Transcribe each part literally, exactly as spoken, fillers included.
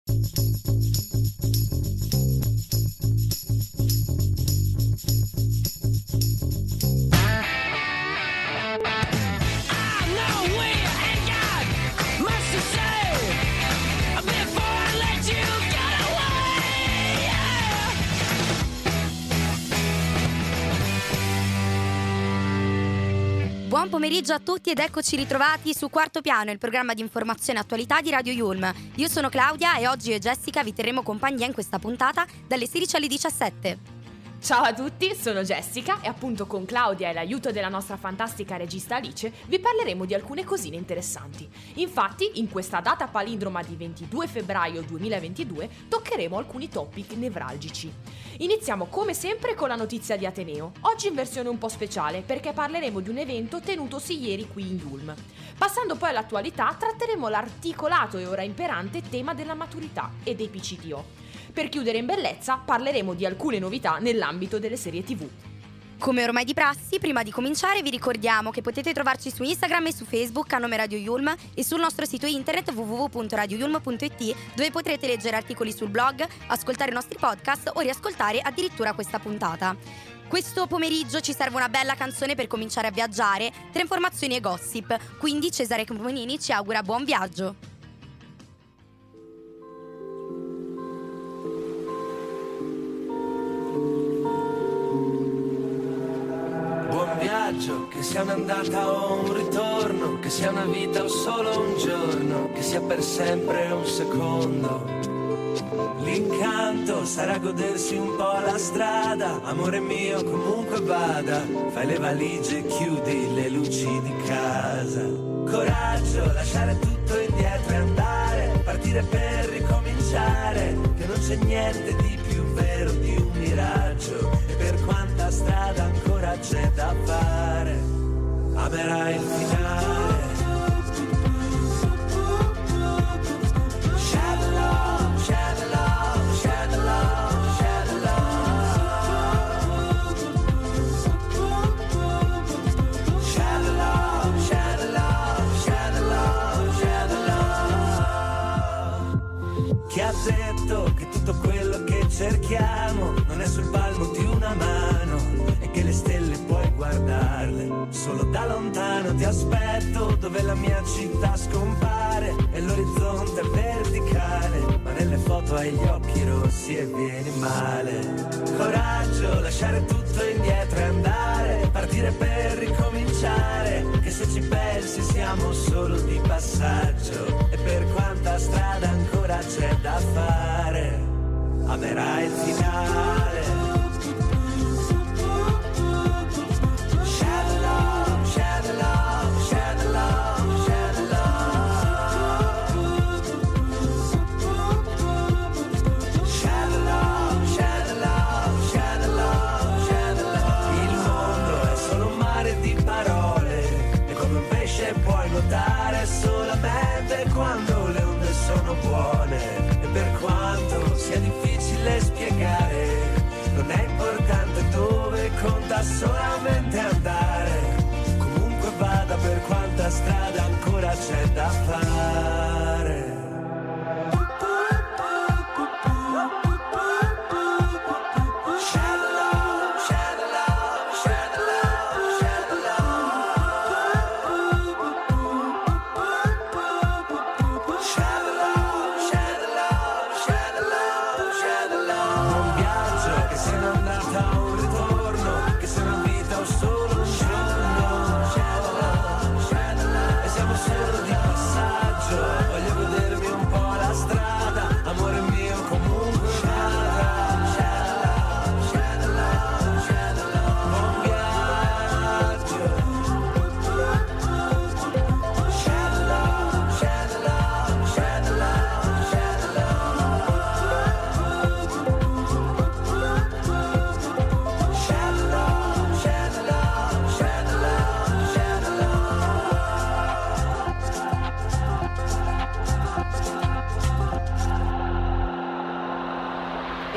Buon pomeriggio a tutti ed eccoci ritrovati su Quarto Piano, il programma di informazione e attualità di Radio Yulm. Io sono Claudia e oggi io e Jessica vi terremo compagnia in questa puntata dalle sedici alle diciassette. Ciao a tutti, sono Jessica e appunto con Claudia e l'aiuto della nostra fantastica regista Alice vi parleremo di alcune cosine interessanti. Infatti, in questa data palindroma di ventidue febbraio duemilaventidue toccheremo alcuni topic nevralgici. Iniziamo come sempre con la notizia di Ateneo, oggi in versione un po' speciale perché parleremo di un evento tenutosi ieri qui in Yulm. Passando poi all'attualità, tratteremo l'articolato e ora imperante tema della maturità e dei P C T O. Per chiudere in bellezza, parleremo di alcune novità nell'ambito delle serie tivù. Come ormai di prassi, prima di cominciare vi ricordiamo che potete trovarci su Instagram e su Facebook a nome Radio Yulm e sul nostro sito internet w w w punto radio yulm punto i t, dove potrete leggere articoli sul blog, ascoltare i nostri podcast o riascoltare addirittura questa puntata. Questo pomeriggio ci serve una bella canzone per cominciare a viaggiare, tra informazioni e gossip, quindi Cesare Cremonini ci augura buon viaggio. Che sia un'andata o un ritorno, che sia una vita o solo un giorno, che sia per sempre un secondo. L'incanto sarà godersi un po' la strada, amore mio comunque vada, fai le valigie e chiudi le luci di casa. Coraggio, lasciare tutto indietro e andare, partire per ricominciare, che non c'è niente di più vero di un miraggio, e per quanta strada ancora c'è da fare, amerai il finale. Shadow love, shadow love, shadow love, shadow love. Shadow love, shadow love, shadow love, shadow love. Chi ha detto che tutto quello che cerchiamo non è sul palmo di una mano e che le stelle puoi guardarle solo da lontano? Ti aspetto dove la mia città scompare e l'orizzonte è verticale, ma nelle foto hai gli occhi rossi e vieni male. Coraggio, lasciare tutto indietro e andare, partire per ricominciare, che se ci pensi siamo solo di passaggio, e per quanta strada ancora c'è da fare, amerai il finale. Solamente quando le onde sono buone, e per quanto sia difficile spiegare, non è importante dove, conta solamente andare. Comunque vada, per quanta strada ancora c'è da fare. Solo di passaggio,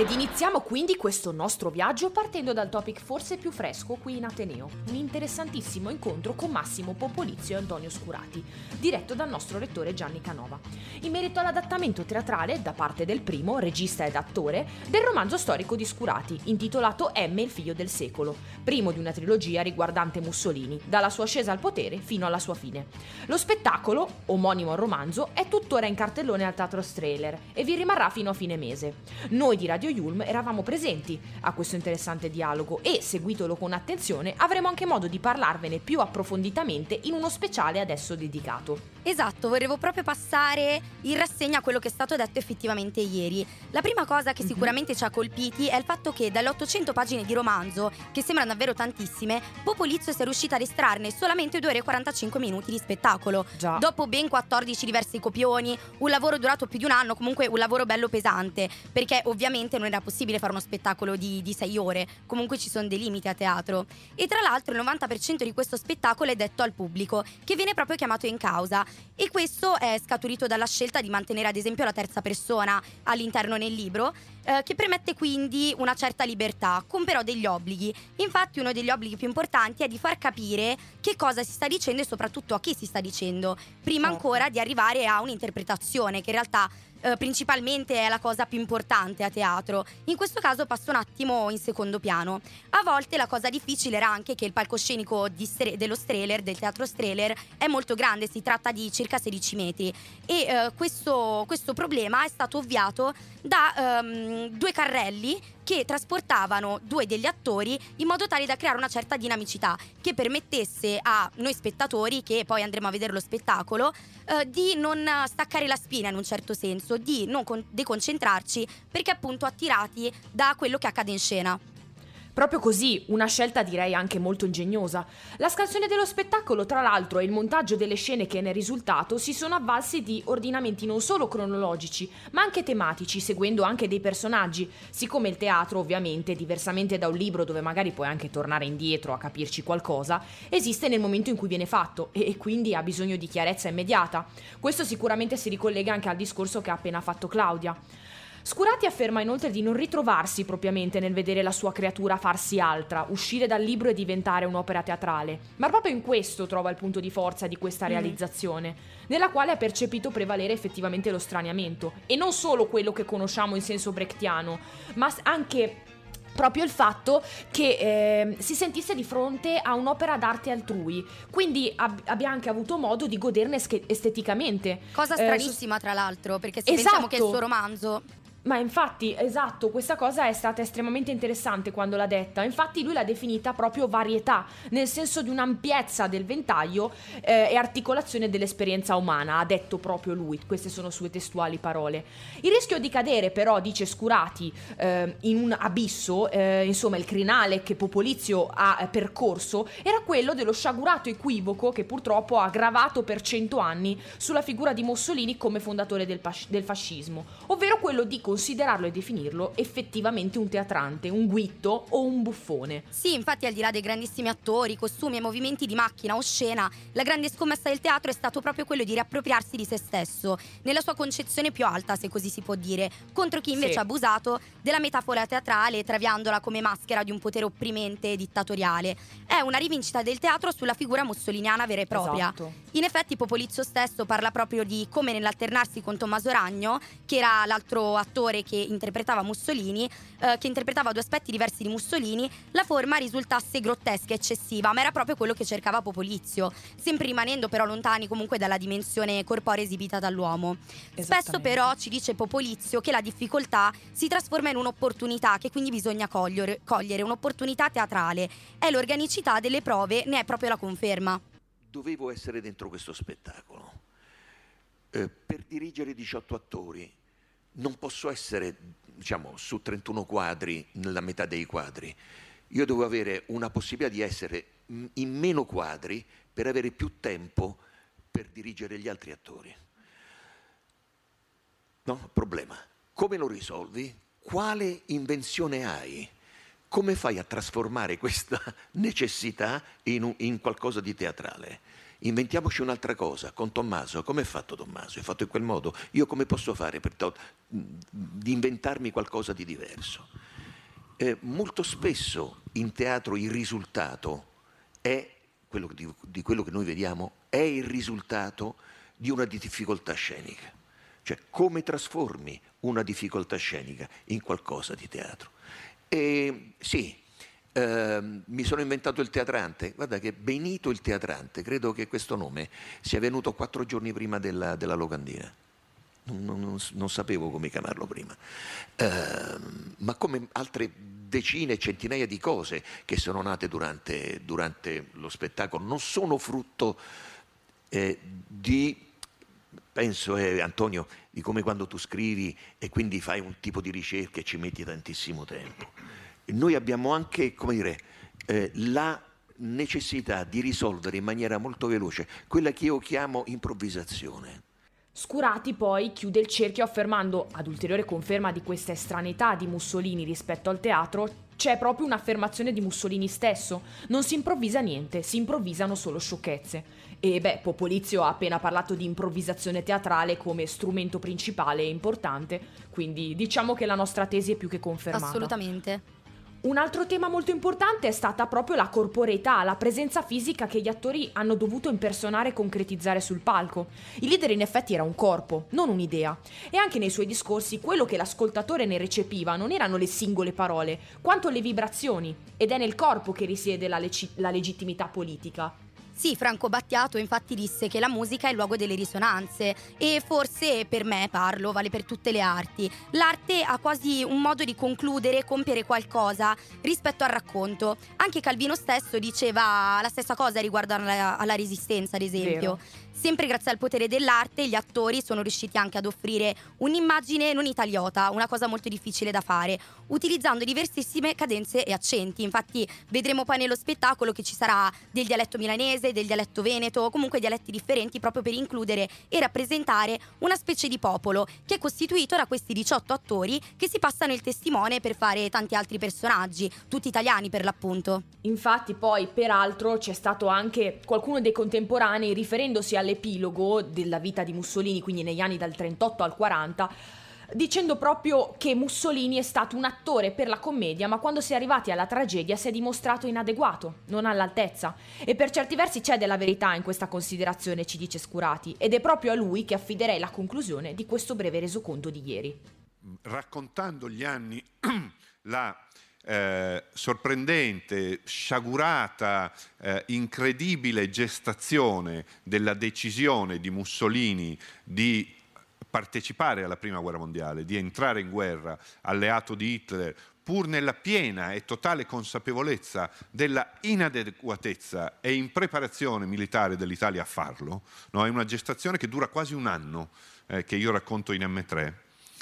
Ed iniziamo quindi questo nostro viaggio partendo dal topic forse più fresco qui in Ateneo, un interessantissimo incontro con Massimo Popolizio e Antonio Scurati, diretto dal nostro rettore Gianni Canova, in merito all'adattamento teatrale da parte del primo, regista ed attore, del romanzo storico di Scurati, intitolato M, il figlio del secolo, primo di una trilogia riguardante Mussolini, dalla sua ascesa al potere fino alla sua fine. Lo spettacolo, omonimo al romanzo, è tuttora in cartellone al Teatro Strehler e vi rimarrà fino a fine mese. Noi di Radio Yulm eravamo presenti a questo interessante dialogo e, seguitolo con attenzione, avremo anche modo di parlarvene più approfonditamente in uno speciale adesso dedicato. Esatto, volevo proprio passare in rassegna quello che è stato detto effettivamente ieri. La prima cosa che sicuramente ci ha colpiti è il fatto che dalle ottocento pagine di romanzo, che sembrano davvero tantissime, Popolizio sia riuscita ad estrarne solamente due ore e quarantacinque minuti di spettacolo. Già. Dopo ben quattordici diversi copioni, un lavoro durato più di un anno, comunque un lavoro bello pesante, perché ovviamente non era possibile fare uno spettacolo di, di sei ore, comunque ci sono dei limiti a teatro. E tra l'altro il novanta per cento di questo spettacolo è detto al pubblico, che viene proprio chiamato in causa, e questo è scaturito dalla scelta di mantenere ad esempio la terza persona all'interno nel libro, eh, che permette quindi una certa libertà, con però degli obblighi. Infatti uno degli obblighi più importanti è di far capire che cosa si sta dicendo e soprattutto a chi si sta dicendo, prima Certo. ancora di arrivare a un'interpretazione che in realtà Uh, principalmente è la cosa più importante a teatro. In questo caso passa un attimo in secondo piano. A volte la cosa difficile era anche che il palcoscenico di Stre- dello Strehler, del teatro Strehler, è molto grande, si tratta di circa sedici metri e uh, questo, questo problema è stato ovviato da um, due carrelli che trasportavano due degli attori in modo tale da creare una certa dinamicità che permettesse a noi spettatori, che poi andremo a vedere lo spettacolo, eh, di non staccare la spina in un certo senso, di non con- deconcentrarci, perché appunto attirati da quello che accade in scena. Proprio così, una scelta direi anche molto ingegnosa. La scansione dello spettacolo, tra l'altro, e il montaggio delle scene che ne è risultato si sono avvalsi di ordinamenti non solo cronologici, ma anche tematici, seguendo anche dei personaggi. Siccome il teatro, ovviamente, diversamente da un libro dove magari puoi anche tornare indietro a capirci qualcosa, esiste nel momento in cui viene fatto e, e quindi ha bisogno di chiarezza immediata. Questo sicuramente si ricollega anche al discorso che ha appena fatto Claudia. Scurati afferma inoltre di non ritrovarsi propriamente nel vedere la sua creatura farsi altra, uscire dal libro e diventare un'opera teatrale, ma proprio in questo trova il punto di forza di questa realizzazione, nella quale ha percepito prevalere effettivamente lo straniamento, e non solo quello che conosciamo in senso brechtiano, ma anche proprio il fatto che eh, si sentisse di fronte a un'opera d'arte altrui, quindi ab- abbia anche avuto modo di goderne sch- esteticamente. Cosa Eh, stranissima tra l'altro, perché se Esatto. pensiamo che il suo romanzo... Ma infatti, esatto, questa cosa è stata estremamente interessante quando l'ha detta. Infatti lui l'ha definita proprio varietà, nel senso di un'ampiezza del ventaglio eh, e articolazione dell'esperienza umana, ha detto proprio lui. Queste sono sue testuali parole. Il rischio di cadere però, dice Scurati, eh, in un abisso, eh, insomma il crinale che Popolizio ha eh, percorso, era quello dello sciagurato equivoco che purtroppo ha gravato per cento anni sulla figura di Mussolini come fondatore del, pas- del fascismo, ovvero quello di considerarlo e definirlo effettivamente un teatrante, un guitto o un buffone. Sì, infatti al di là dei grandissimi attori, costumi e movimenti di macchina o scena, la grande scommessa del teatro è stato proprio quello di riappropriarsi di se stesso, nella sua concezione più alta, se così si può dire, contro chi invece Sì. ha abusato della metafora teatrale, traviandola come maschera di un potere opprimente e dittatoriale. È una rivincita del teatro sulla figura mussoliniana vera e propria. Esatto. In effetti Popolizio stesso parla proprio di come nell'alternarsi con Tommaso Ragno, che era l'altro attore che interpretava Mussolini, eh, che interpretava due aspetti diversi di Mussolini, la forma risultasse grottesca e eccessiva, ma era proprio quello che cercava Popolizio, sempre rimanendo però lontani comunque dalla dimensione corporea esibita dall'uomo. Spesso però ci dice Popolizio che la difficoltà si trasforma in un'opportunità che quindi bisogna cogliere, cogliere un'opportunità teatrale, e l'organicità delle prove ne è proprio la conferma. Dovevo essere dentro questo spettacolo eh, per dirigere diciotto attori. Non posso essere, diciamo, su trentuno quadri, nella metà dei quadri. Io devo avere una possibilità di essere in meno quadri per avere più tempo per dirigere gli altri attori. No? Problema. Come lo risolvi? Quale invenzione hai? Come fai a trasformare questa necessità in, un, in qualcosa di teatrale? inventiamoci un'altra cosa. Con Tommaso, come è fatto Tommaso? È fatto in quel modo? Io come posso fare per to- di inventarmi qualcosa di diverso? Eh, molto spesso in teatro il risultato è quello di, di quello che noi vediamo, è il risultato di una difficoltà scenica. Cioè, come trasformi una difficoltà scenica in qualcosa di teatro? E sì, ehm, mi sono inventato il teatrante. Guarda che Benito il teatrante, credo che questo nome sia venuto quattro giorni prima della, della locandina. Non, non, non sapevo come chiamarlo prima. Ehm, ma come altre decine, centinaia di cose che sono nate durante, durante lo spettacolo, non sono frutto eh, di... Penso, eh, Antonio, di come quando tu scrivi e quindi fai un tipo di ricerca e ci metti tantissimo tempo. Noi abbiamo anche, come dire, eh, la necessità di risolvere in maniera molto veloce quella che io chiamo improvvisazione. Scurati poi chiude il cerchio affermando, ad ulteriore conferma di questa estraneità di Mussolini rispetto al teatro, c'è proprio un'affermazione di Mussolini stesso. Non si improvvisa niente, si improvvisano solo sciocchezze. E beh, Popolizio ha appena parlato di improvvisazione teatrale come strumento principale e importante, quindi diciamo che la nostra tesi è più che confermata. Assolutamente. Un altro tema molto importante è stata proprio la corporeità, la presenza fisica che gli attori hanno dovuto impersonare e concretizzare sul palco. Il leader in effetti era un corpo, non un'idea. E anche nei suoi discorsi quello che l'ascoltatore ne recepiva non erano le singole parole, quanto le vibrazioni. Ed è nel corpo che risiede la, leci- la legittimità politica. Sì, Franco Battiato infatti disse che la musica è il luogo delle risonanze e forse, per me parlo, vale per tutte le arti. L'arte ha quasi un modo di concludere, compiere qualcosa rispetto al racconto. Anche Calvino stesso diceva la stessa cosa riguardo alla, alla Resistenza, ad esempio. Vero. Sempre grazie al potere dell'arte gli attori sono riusciti anche ad offrire un'immagine non italiota, una cosa molto difficile da fare, utilizzando diversissime cadenze e accenti. Infatti vedremo poi nello spettacolo che ci sarà del dialetto milanese, del dialetto veneto, comunque dialetti differenti, proprio per includere e rappresentare una specie di popolo che è costituito da questi diciotto attori che si passano il testimone per fare tanti altri personaggi, tutti italiani per l'appunto. Infatti poi peraltro c'è stato anche qualcuno dei contemporanei, riferendosi all'epilogo della vita di Mussolini, quindi negli anni dal trentotto al quaranta, dicendo proprio che Mussolini è stato un attore per la commedia, ma quando si è arrivati alla tragedia si è dimostrato inadeguato, non all'altezza. E per certi versi c'è della verità in questa considerazione, ci dice Scurati, ed è proprio a lui che affiderei la conclusione di questo breve resoconto di ieri. Raccontando gli anni, la eh, sorprendente, sciagurata, eh, incredibile gestazione della decisione di Mussolini di partecipare alla Prima Guerra Mondiale, di entrare in guerra alleato di Hitler, pur nella piena e totale consapevolezza della inadeguatezza e impreparazione militare dell'Italia a farlo, no? È una gestazione che dura quasi un anno, eh, che io racconto in emme tre.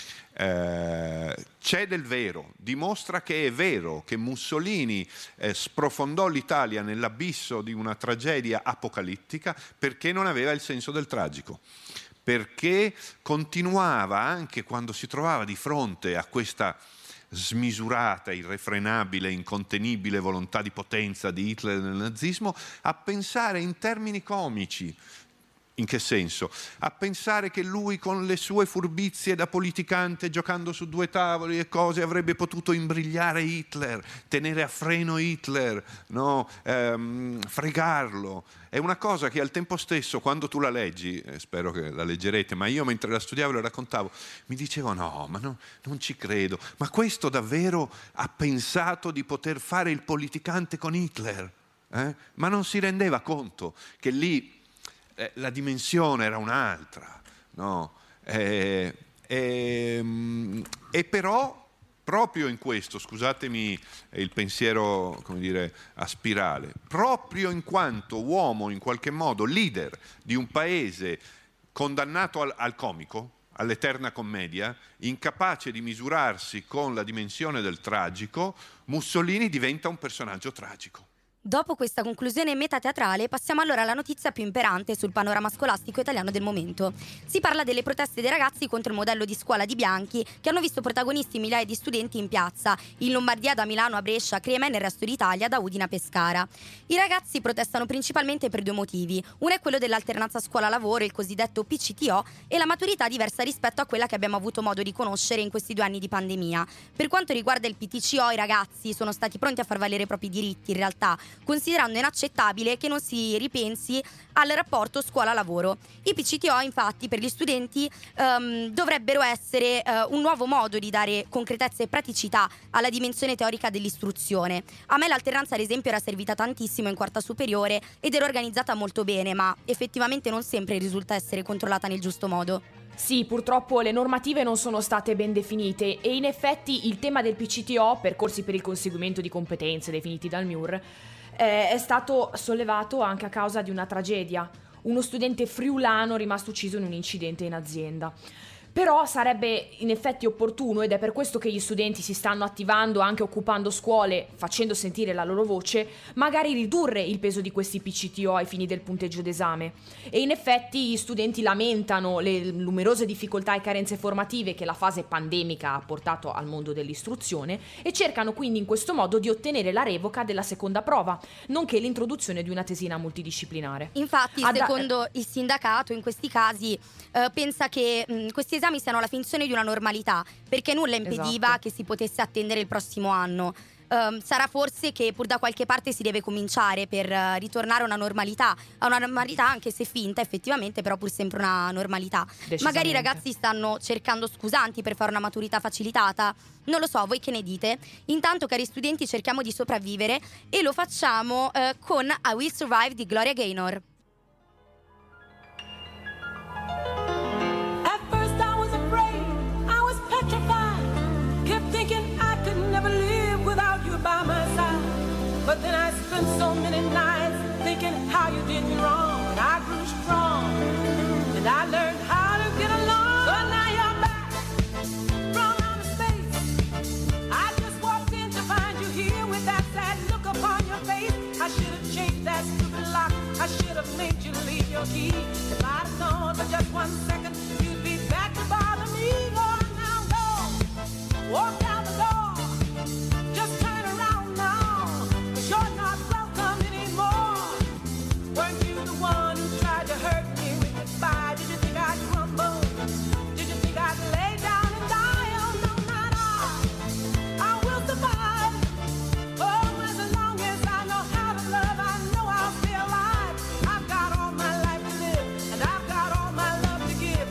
Eh, c'è del vero, dimostra che è vero che Mussolini eh, sprofondò l'Italia nell'abisso di una tragedia apocalittica perché non aveva il senso del tragico, perché continuava, anche quando si trovava di fronte a questa smisurata, irrefrenabile, incontenibile volontà di potenza di Hitler e del nazismo, a pensare in termini comici. In che senso? A pensare che lui con le sue furbizie da politicante, giocando su due tavoli e cose, avrebbe potuto imbrigliare Hitler, tenere a freno Hitler, no? ehm, fregarlo. È una cosa che al tempo stesso, quando tu la leggi, eh, spero che la leggerete, ma io mentre la studiavo e la raccontavo, mi dicevo no, ma no, non ci credo. Ma questo davvero ha pensato di poter fare il politicante con Hitler? Eh? Ma non si rendeva conto che lì la dimensione era un'altra, no? E, e, e però proprio in questo, scusatemi il pensiero, come dire, a spirale, proprio in quanto uomo, in qualche modo leader di un paese condannato al, al comico, all'eterna commedia, incapace di misurarsi con la dimensione del tragico, Mussolini diventa un personaggio tragico. Dopo questa conclusione metateatrale passiamo allora alla notizia più imperante sul panorama scolastico italiano del momento. Si parla delle proteste dei ragazzi contro il modello di scuola di Bianchi, che hanno visto protagonisti migliaia di studenti in piazza, in Lombardia da Milano a Brescia, a Crema e nel resto d'Italia da Udine a Pescara. I ragazzi protestano principalmente per due motivi. Uno è quello dell'alternanza scuola-lavoro, il cosiddetto P C T O, e la maturità diversa rispetto a quella che abbiamo avuto modo di conoscere in questi due anni di pandemia. Per quanto riguarda il P T C O, i ragazzi sono stati pronti a far valere i propri diritti in realtà, considerando inaccettabile che non si ripensi al rapporto scuola-lavoro. I P C T O infatti per gli studenti um, dovrebbero essere uh, un nuovo modo di dare concretezza e praticità alla dimensione teorica dell'istruzione. A me l'alternanza ad esempio era servita tantissimo in quarta superiore ed era organizzata molto bene, ma effettivamente non sempre risulta essere controllata nel giusto modo. Sì, purtroppo le normative non sono state ben definite e in effetti il tema del P C T O, percorsi per il conseguimento di competenze definiti dal M I U R, eh, è stato sollevato anche a causa di una tragedia. Uno studente friulano rimasto ucciso in un incidente in azienda. Però sarebbe in effetti opportuno, ed è per questo che gli studenti si stanno attivando anche occupando scuole, facendo sentire la loro voce, magari ridurre il peso di questi P C T O ai fini del punteggio d'esame. E in effetti gli studenti lamentano le numerose difficoltà e carenze formative che la fase pandemica ha portato al mondo dell'istruzione e cercano quindi in questo modo di ottenere la revoca della seconda prova, nonché l'introduzione di una tesina multidisciplinare. Infatti, Ad- secondo il sindacato, in questi casi eh, pensa che mh, questi esami siano la finzione di una normalità, perché nulla impediva Esatto. che si potesse attendere il prossimo anno. Um, sarà forse che pur da qualche parte si deve cominciare per uh, ritornare a una normalità, a una normalità anche se finta effettivamente, però pur sempre una normalità. Magari i ragazzi stanno cercando scusanti per fare una maturità facilitata, non lo so, voi che ne dite? Intanto, cari studenti, cerchiamo di sopravvivere e lo facciamo uh, con I Will Survive di Gloria Gaynor. By my side, but then I spent so many nights thinking how you did me wrong, and I grew strong, and I learned how to get along. So now you're back from outer space. I just walked in to find you here with that sad look upon your face. I should have changed that stupid lock. I should have made you leave your key. If I'd have known for just one second you'd be back to bother me. Go on now, go, walk down the door. You're not welcome anymore. Weren't you the one who tried to hurt me with goodbye? Did you think I'd crumble? Did you think I'd lay down and die? Oh no, not I. I will survive. Oh, as long as I know how to love, I know I'll stay alive. I've got all my life to live, and I've got all my love to give.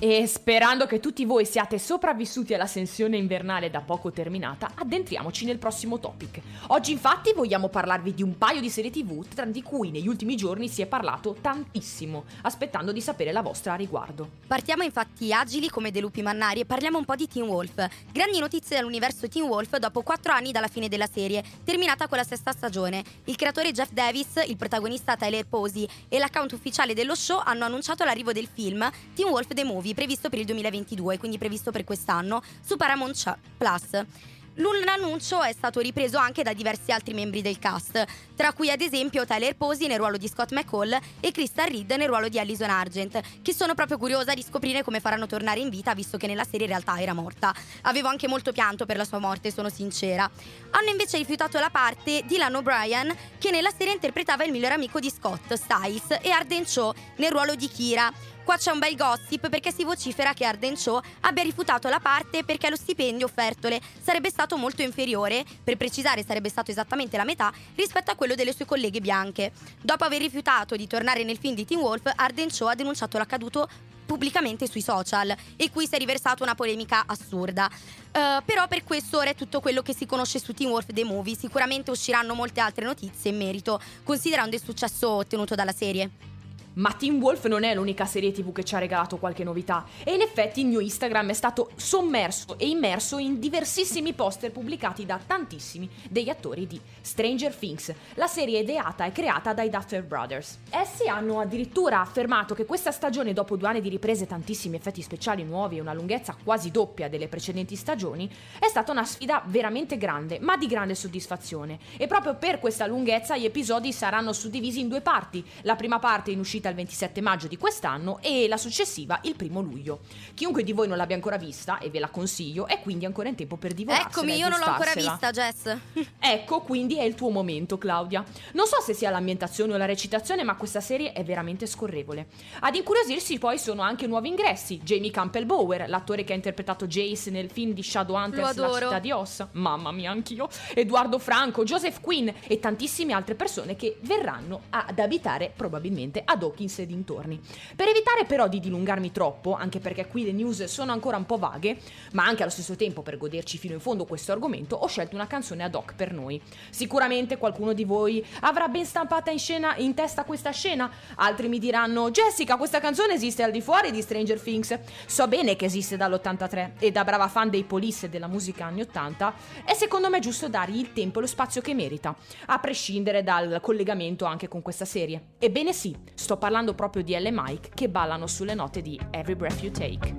E sperando che tutti voi siate sopravvissuti alla sessione invernale da poco terminata, addentriamoci nel prossimo topic. Oggi infatti vogliamo parlarvi di un paio di serie tv tra di cui negli ultimi giorni si è parlato tantissimo, aspettando di sapere la vostra a riguardo. Partiamo infatti agili come dei lupi mannari e parliamo un po' di Teen Wolf. Grandi notizie dall'universo Teen Wolf dopo quattro anni dalla fine della serie, terminata con la sesta stagione. Il creatore Jeff Davis, il protagonista Tyler Posey e l'account ufficiale dello show hanno annunciato l'arrivo del film Teen Wolf The Movie, previsto per il duemilaventidue, quindi previsto per quest'anno, su Paramount Plus. L'annuncio è stato ripreso anche da diversi altri membri del cast, tra cui ad esempio Tyler Posey nel ruolo di Scott McCall e Kristen Reed nel ruolo di Allison Argent, che sono proprio curiosa di scoprire come faranno tornare in vita, visto che nella serie in realtà era morta. Avevo anche molto pianto per la sua morte, sono sincera. Hanno invece rifiutato la parte di Dylan O'Brien, che nella serie interpretava il miglior amico di Scott, Styles, e Arden Cho nel ruolo di Kira. Qua c'è un bel gossip perché si vocifera che Arden Cho abbia rifiutato la parte perché lo stipendio offertole sarebbe stato molto inferiore, per precisare sarebbe stato esattamente la metà rispetto a quello delle sue colleghe bianche. Dopo aver rifiutato di tornare nel film di Teen Wolf, Arden Cho ha denunciato l'accaduto pubblicamente sui social e qui si è riversata una polemica assurda. Uh, però per questo ora è tutto quello che si conosce su Teen Wolf The Movie. Sicuramente usciranno molte altre notizie in merito, considerando il successo ottenuto dalla serie. Ma Teen Wolf non è l'unica serie tv che ci ha regalato qualche novità, e in effetti il mio Instagram è stato sommerso e immerso in diversissimi poster pubblicati da tantissimi degli attori di Stranger Things, la serie ideata e creata dai Duffer Brothers. Essi hanno addirittura affermato che questa stagione, dopo due anni di riprese, tantissimi effetti speciali nuovi e una lunghezza quasi doppia delle precedenti stagioni, è stata una sfida veramente grande, ma di grande soddisfazione. E proprio per questa lunghezza gli episodi saranno suddivisi in due parti, la prima parte in uscita il ventisette maggio di quest'anno e la successiva il primo luglio. Chiunque di voi non l'abbia ancora vista, e ve la consiglio, è quindi ancora in tempo per divorarsela. Eccomi, io non l'ho ancora vista, Jess. Ecco, quindi è il tuo momento, Claudia. Non so se sia l'ambientazione o la recitazione, ma questa serie è veramente scorrevole. Ad incuriosirsi poi sono anche nuovi ingressi. Jamie Campbell Bower, l'attore che ha interpretato Jace nel film di Shadowhunters La città di Ossa. Mamma mia, anch'io. Edoardo Franco, Joseph Quinn e tantissime altre persone che verranno ad abitare probabilmente ad Hawkins e dintorni. Per evitare però di dilungarmi troppo, anche perché qui le news sono ancora un po' vaghe, ma anche allo stesso tempo per goderci fino in fondo questo argomento, ho scelto una canzone ad hoc per noi. Sicuramente qualcuno di voi avrà ben stampata in scena in testa questa scena, altri mi diranno: Jessica, questa canzone esiste al di fuori di Stranger Things. So bene che esiste dall'ottantatré e da brava fan dei Police e della musica anni ottanta è secondo me giusto dargli il tempo e lo spazio che merita, a prescindere dal collegamento anche con questa serie. Ebbene sì, sto parlando proprio di Elle e Mike che ballano sulle note di Every Breath You Take.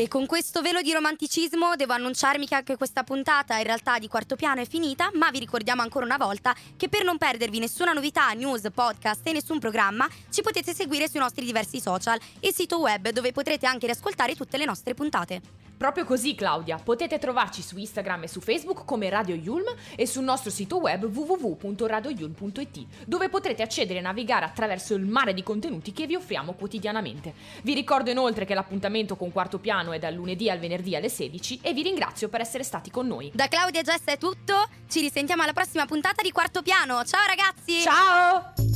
E con questo velo di romanticismo devo annunciarmi che anche questa puntata in realtà di Quarto Piano è finita, ma vi ricordiamo ancora una volta che per non perdervi nessuna novità, news, podcast e nessun programma, ci potete seguire sui nostri diversi social e sito web, dove potrete anche riascoltare tutte le nostre puntate. Proprio così, Claudia, potete trovarci su Instagram e su Facebook come Radio Yulm e sul nostro sito web w w w punto radio yulm punto i t, dove potrete accedere e navigare attraverso il mare di contenuti che vi offriamo quotidianamente. Vi ricordo inoltre che l'appuntamento con Quarto Piano è dal lunedì al venerdì alle sedici e vi ringrazio per essere stati con noi. Da Claudia e Jess è tutto, ci risentiamo alla prossima puntata di Quarto Piano. Ciao ragazzi! Ciao!